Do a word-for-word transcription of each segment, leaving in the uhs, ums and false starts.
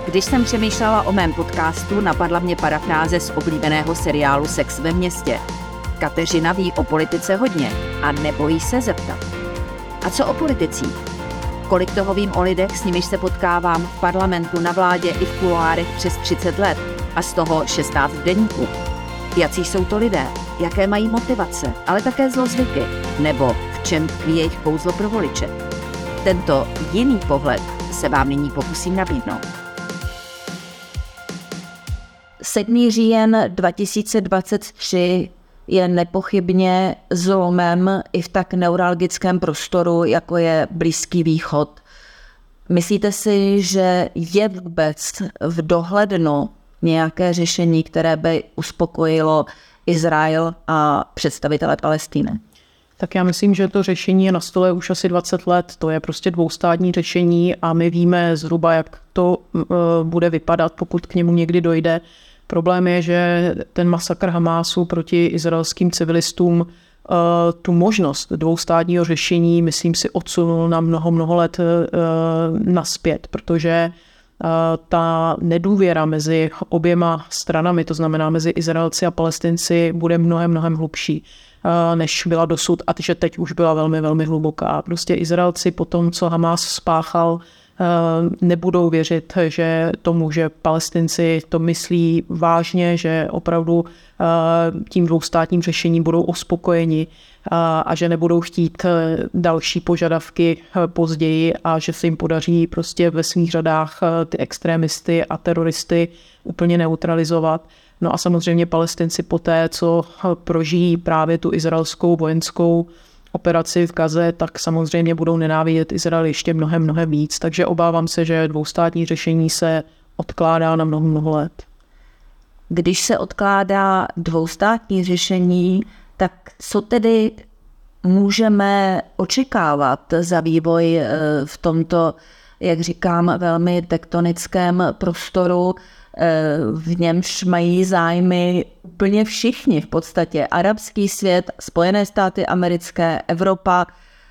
Když jsem přemýšlela o mém podcastu, napadla mě parafráze z oblíbeného seriálu Sex ve městě. Kateřina ví o politice hodně a nebojí se zeptat. A co o politicích? Kolik toho vím o lidech, s nimiž se potkávám v parlamentu, na vládě i v kuloárech přes třicet let a z toho šestnáct v deníku. Jací jsou to lidé, jaké mají motivace, ale také zlozvyky, nebo v čem tkví jejich kouzlo pro voliče. Tento jiný pohled se vám nyní pokusím nabídnout. sedmý říjen dva tisíce dvacet tři je nepochybně zlomem i v tak neuralgickém prostoru, jako je Blízký východ. Myslíte si, že je vůbec v dohlednu nějaké řešení, které by uspokojilo Izrael a představitele Palestiny? Tak já myslím, že to řešení je na stole už asi dvacet let. To je prostě dvoustátní řešení a my víme zhruba, jak to uh, bude vypadat, pokud k němu někdy dojde. Problém je, že ten masakr Hamásu proti izraelským civilistům uh, tu možnost dvoustátního řešení, myslím si, odsunul na mnoho, mnoho let uh, naspět, protože uh, ta nedůvěra mezi oběma stranami, to znamená mezi Izraelci a Palestinci, bude mnohem, mnohem hlubší, uh, než byla dosud, a že teď už byla velmi, velmi hluboká. Prostě Izraelci po tom, co Hamás spáchal, nebudou věřit, že tomu, že Palestinci to myslí vážně, že opravdu tím dvoustátním řešením budou uspokojeni a že nebudou chtít další požadavky později a že se jim podaří prostě ve svých řadách ty extrémisty a teroristy úplně neutralizovat. No a samozřejmě Palestinci poté, co prožijí právě tu izraelskou vojenskou operaci v Gaze, tak samozřejmě budou nenávidět Izrael ještě mnohem, mnohem víc. Takže obávám se, že dvoustátní řešení se odkládá na mnoho, mnoho let. Když se odkládá dvoustátní řešení, tak co tedy můžeme očekávat za vývoj v tomto, jak říkám, velmi tektonickém prostoru, v němž mají zájmy úplně všichni v podstatě. Arabský svět, Spojené státy americké, Evropa,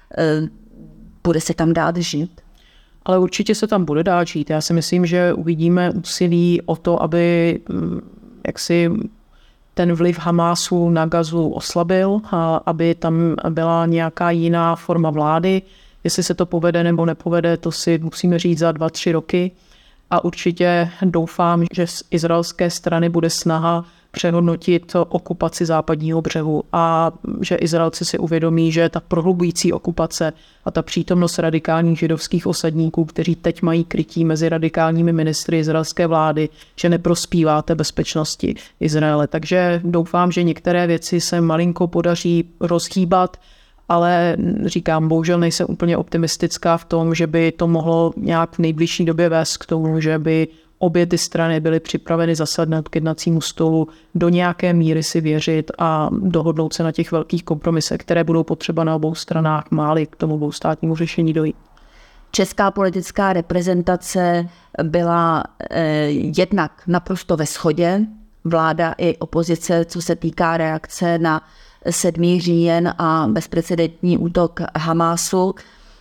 bude se tam dát žít? Ale určitě se tam bude dát žít. Já si myslím, že uvidíme úsilí o to, aby jaksi ten vliv Hamásu na Gazu oslabil a aby tam byla nějaká jiná forma vlády. Jestli se to povede nebo nepovede, to si musíme říct za dva, tři roky. A určitě doufám, že z izraelské strany bude snaha přehodnotit okupaci západního břehu a že Izraelci si uvědomí, že ta prohlubující okupace a ta přítomnost radikálních židovských osadníků, kteří teď mají krytí mezi radikálními ministry izraelské vlády, že neprospívá té bezpečnosti Izraele. Takže doufám, že některé věci se malinko podaří rozhýbat, ale říkám, bohužel nejsem úplně optimistická v tom, že by to mohlo nějak v nejbližší době vést k tomu, že by obě ty strany byly připraveny zasednout k jednacímu stolu, do nějaké míry si věřit a dohodnout se na těch velkých kompromisech, které budou potřeba na obou stranách, má-li k tomu dvoustátnímu řešení dojít. Česká politická reprezentace byla eh, jednak naprosto ve shodě, vláda i opozice, co se týká reakce na sedmý říjen a bezprecedentní útok Hamásu.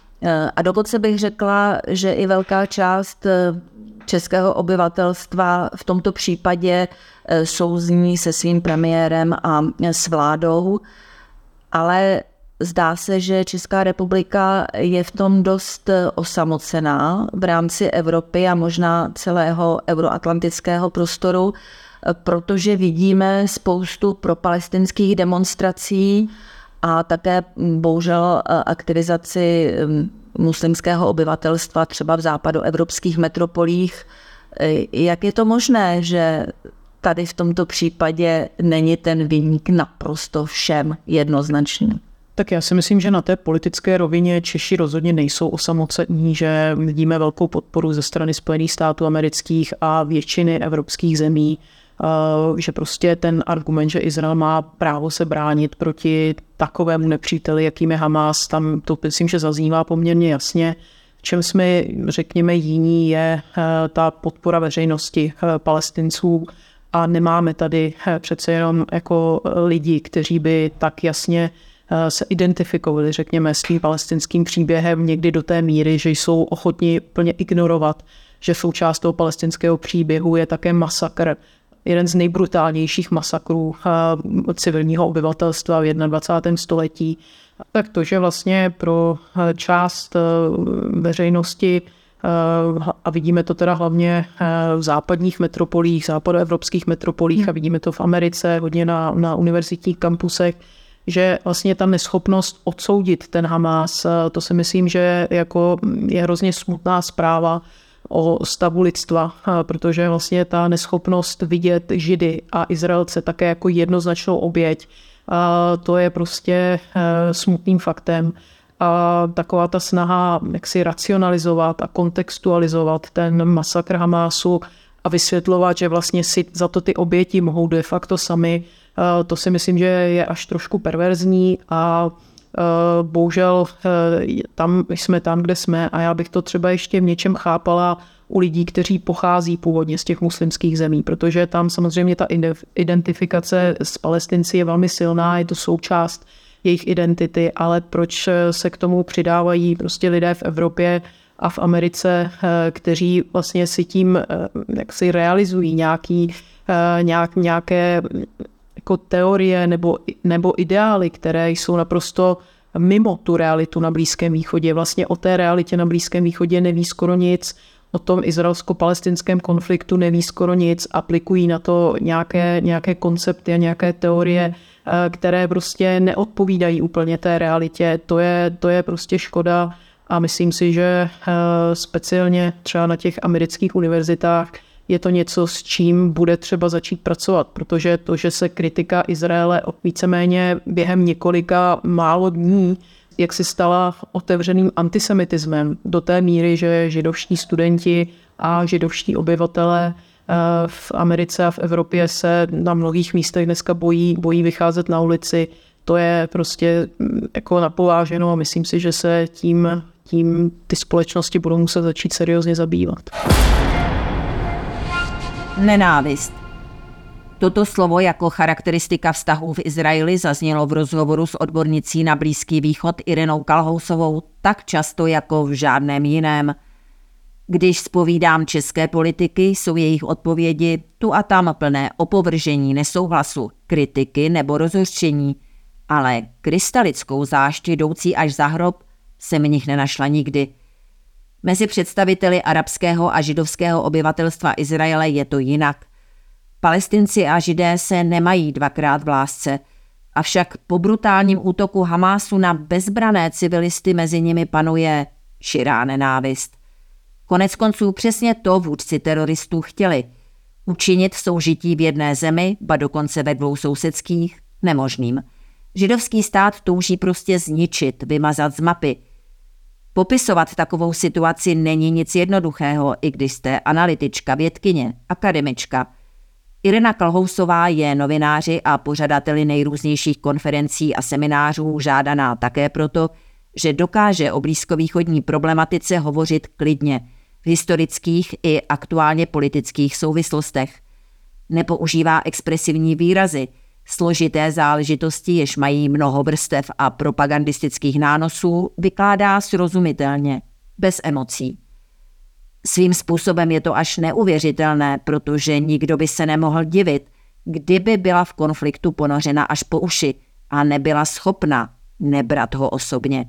A dokonce bych řekla, že i velká část českého obyvatelstva v tomto případě souzní se svým premiérem a s vládou, ale zdá se, že Česká republika je v tom dost osamocená v rámci Evropy a možná celého euroatlantického prostoru, protože vidíme spoustu propalestinských demonstrací a také bohužel aktivizaci muslimského obyvatelstva třeba v západoevropských metropolích. Jak je to možné, že tady v tomto případě není ten viník naprosto všem jednoznačný? Tak já si myslím, že na té politické rovině Češi rozhodně nejsou osamocení, že vidíme velkou podporu ze strany Spojených států amerických a většiny evropských zemí, že prostě ten argument, že Izrael má právo se bránit proti takovému nepříteli, jakým je Hamás, tam to myslím, že zaznívá poměrně jasně. V čem jsme, řekněme, jiní, je ta podpora veřejnosti Palestinců a nemáme tady přece jenom jako lidi, kteří by tak jasně se identifikovali, řekněme, s tím palestinským příběhem někdy do té míry, že jsou ochotni plně ignorovat, že součást toho palestinského příběhu je také masakr, jeden z nejbrutálnějších masakrů civilního obyvatelstva v dvacátém prvním století. Tak to, že vlastně pro část veřejnosti, a vidíme to teda hlavně v západních metropolích, západoevropských metropolích a vidíme to v Americe, hodně na, na univerzitních kampusech, že vlastně ta neschopnost odsoudit ten Hamás, to si myslím, že jako je hrozně smutná zpráva o stavu lidstva, protože vlastně ta neschopnost vidět Židy a Izraelce také jako jednoznačnou oběť, to je prostě smutným faktem. A taková ta snaha jak si racionalizovat a kontextualizovat ten masakr Hamásu a vysvětlovat, že vlastně si za to ty oběti mohou de facto sami, to si myslím, že je až trošku perverzní a bohužel tam jsme tam, kde jsme a já bych to třeba ještě v něčem chápala u lidí, kteří pochází původně z těch muslimských zemí, protože tam samozřejmě ta identifikace s Palestinci je velmi silná, je to součást jejich identity, ale proč se k tomu přidávají prostě lidé v Evropě a v Americe, kteří vlastně si tím jak si realizují nějaký, nějak, nějaké jako teorie nebo, nebo ideály, které jsou naprosto mimo tu realitu na Blízkém východě. Vlastně o té realitě na Blízkém východě neví skoro nic, o tom izraelsko-palestinském konfliktu neví skoro nic, aplikují na to nějaké, nějaké koncepty a nějaké teorie, které prostě neodpovídají úplně té realitě. To je, to je prostě škoda a myslím si, že speciálně třeba na těch amerických univerzitách je to něco, s čím bude třeba začít pracovat, protože to, že se kritika Izraele víceméně během několika málo dní, jak se stala otevřeným antisemitismem do té míry, že židovští studenti a židovští obyvatelé v Americe a v Evropě se na mnohých místech dneska bojí, bojí vycházet na ulici. To je prostě jako napováženo a myslím si, že se tím, tím ty společnosti budou muset začít seriózně zabývat. Nenávist. Toto slovo jako charakteristika vztahů v Izraeli zaznělo v rozhovoru s odbornicí na Blízký východ Irenou Kalhousovou tak často jako v žádném jiném. Když zpovídám české politiky, jsou jejich odpovědi tu a tam plné opovržení, nesouhlasu, kritiky nebo rozhořčení, ale krystalickou zášť jdoucí až za hrob jsem v nich nenašla nikdy. Mezi představiteli arabského a židovského obyvatelstva Izraele je to jinak. Palestinci a Židé se nemají dvakrát v lásce, avšak po brutálním útoku Hamásu na bezbrané civilisty mezi nimi panuje širá nenávist. Konec konců přesně to vůdci teroristů chtěli. Učinit soužití v jedné zemi, ba dokonce ve dvou sousedských, nemožným. Židovský stát touží prostě zničit, vymazat z mapy. Popisovat takovou situaci není nic jednoduchého, i když jste analytička, vědkyně, akademička. Irena Kalhousová je novináři a pořadateli nejrůznějších konferencí a seminářů žádaná také proto, že dokáže o blízkovýchodní problematice hovořit klidně, v historických i aktuálně politických souvislostech. Nepoužívá expresivní výrazy, složité záležitosti, jež mají mnoho vrstev a propagandistických nánosů, vykládá srozumitelně, bez emocí. Svým způsobem je to až neuvěřitelné, protože nikdo by se nemohl divit, kdyby byla v konfliktu ponořena až po uši a nebyla schopna nebrat ho osobně.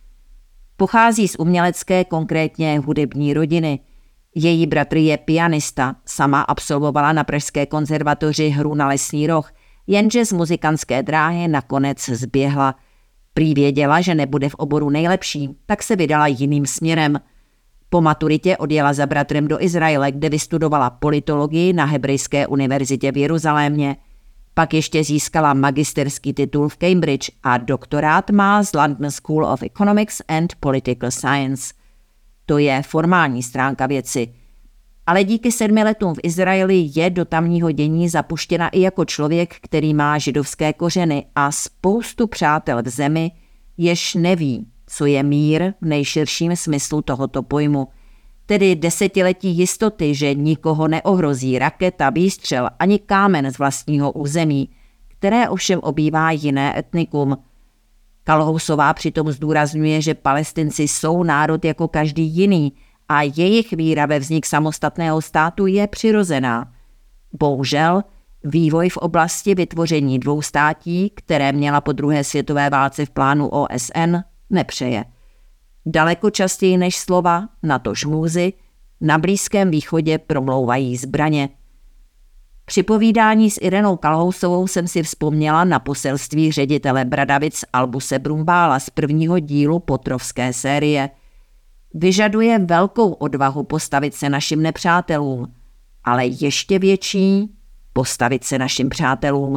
Pochází z umělecké, konkrétně hudební rodiny. Její bratr je pianista, sama absolvovala na Pražské konzervatoři hru na lesní roh, jenže z muzikantské dráhy nakonec zběhla. Prý věděla, že nebude v oboru nejlepší, tak se vydala jiným směrem. Po maturitě odjela za bratrem do Izraele, kde vystudovala politologii na Hebrejské univerzitě v Jeruzalémě. Pak ještě získala magisterský titul v Cambridge a doktorát má z London School of Economics and Political Science. To je formální stránka věci. Ale díky sedmi letům v Izraeli je do tamního dění zapuštěna i jako člověk, který má židovské kořeny a spoustu přátel v zemi, jež neví, co je mír v nejširším smyslu tohoto pojmu. Tedy desetiletí jistoty, že nikoho neohrozí raketa, výstřel ani kámen z vlastního území, které ovšem obývá jiné etnikum. Kalhousová přitom zdůrazňuje, že Palestinci jsou národ jako každý jiný a jejich víra ve vznik samostatného státu je přirozená. Bohužel, vývoj v oblasti vytvoření dvou státí, které měla po druhé světové válce v plánu O S N, nepřeje. Daleko častěji než slova, natož můzy, na Blízkém východě promlouvají zbraně. Při povídání s Irenou Kalhousovou jsem si vzpomněla na poselství ředitele Bradavic Albuse Brumbála z prvního dílu Potrovské série. Vyžaduje velkou odvahu postavit se našim nepřátelům, ale ještě větší postavit se našim přátelům.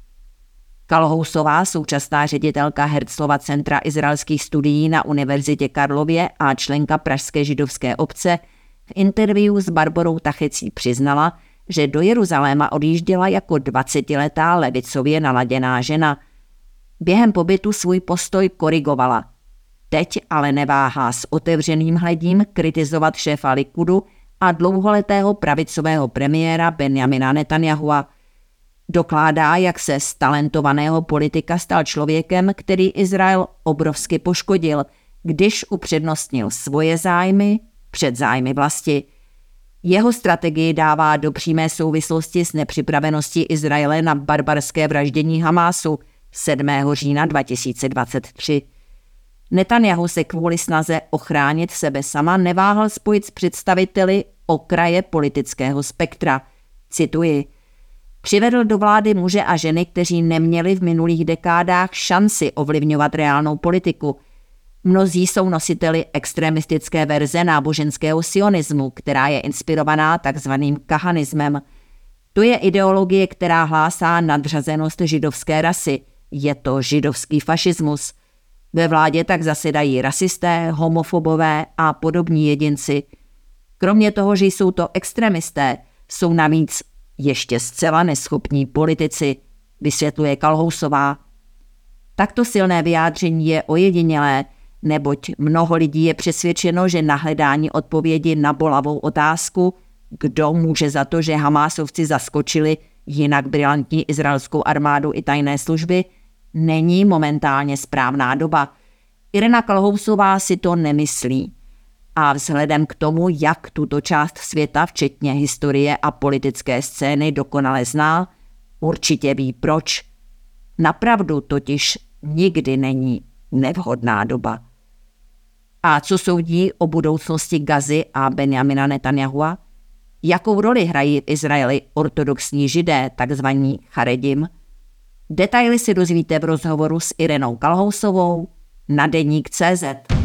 Kalhousová, současná ředitelka Herzlova centra izraelských studií na Univerzitě Karlově a členka pražské židovské obce, v interview s Barborou Tachecí přiznala, že do Jeruzaléma odjížděla jako dvacetiletá levicově naladěná žena. Během pobytu svůj postoj korigovala. Teď ale neváhá s otevřeným hledím kritizovat šéfa Likudu a dlouholetého pravicového premiéra Benjamina Netanyahua. Dokládá, jak se z talentovaného politika stal člověkem, který Izrael obrovsky poškodil, když upřednostnil svoje zájmy před zájmy vlasti. Jeho strategii dává do přímé souvislosti s nepřipraveností Izraele na barbarské vraždění Hamásu sedmého října dva tisíce dvacet tři. Netanjahu se kvůli snaze ochránit sebe sama neváhal spojit s představiteli okraje politického spektra. Cituji: přivedl do vlády muže a ženy, kteří neměli v minulých dekádách šanci ovlivňovat reálnou politiku. Mnozí jsou nositeli extremistické verze náboženského sionismu, která je inspirovaná takzvaným kahanismem. To je ideologie, která hlásá nadřazenost židovské rasy. Je to židovský fašismus. Ve vládě tak zasedají rasisté, homofobové a podobní jedinci. Kromě toho, že jsou to extremisté, jsou navíc ještě zcela neschopní politici, vysvětluje Kalhousová. Takto silné vyjádření je ojedinělé, neboť mnoho lidí je přesvědčeno, že na hledání odpovědi na bolavou otázku, kdo může za to, že Hamásovci zaskočili jinak brilantní izraelskou armádu i tajné služby, není momentálně správná doba. Irena Kalhousová si to nemyslí. A vzhledem k tomu, jak tuto část světa, včetně historie a politické scény, dokonale zná, určitě ví proč. Napravdu totiž nikdy není nevhodná doba. A co soudí o budoucnosti Gazy a Benjamina Netanyahua? Jakou roli hrají v Izraeli ortodoxní židé, takzvaní charedim? Detaily si dozvíte v rozhovoru s Irenou Kalhousovou na deník tečka cé zet.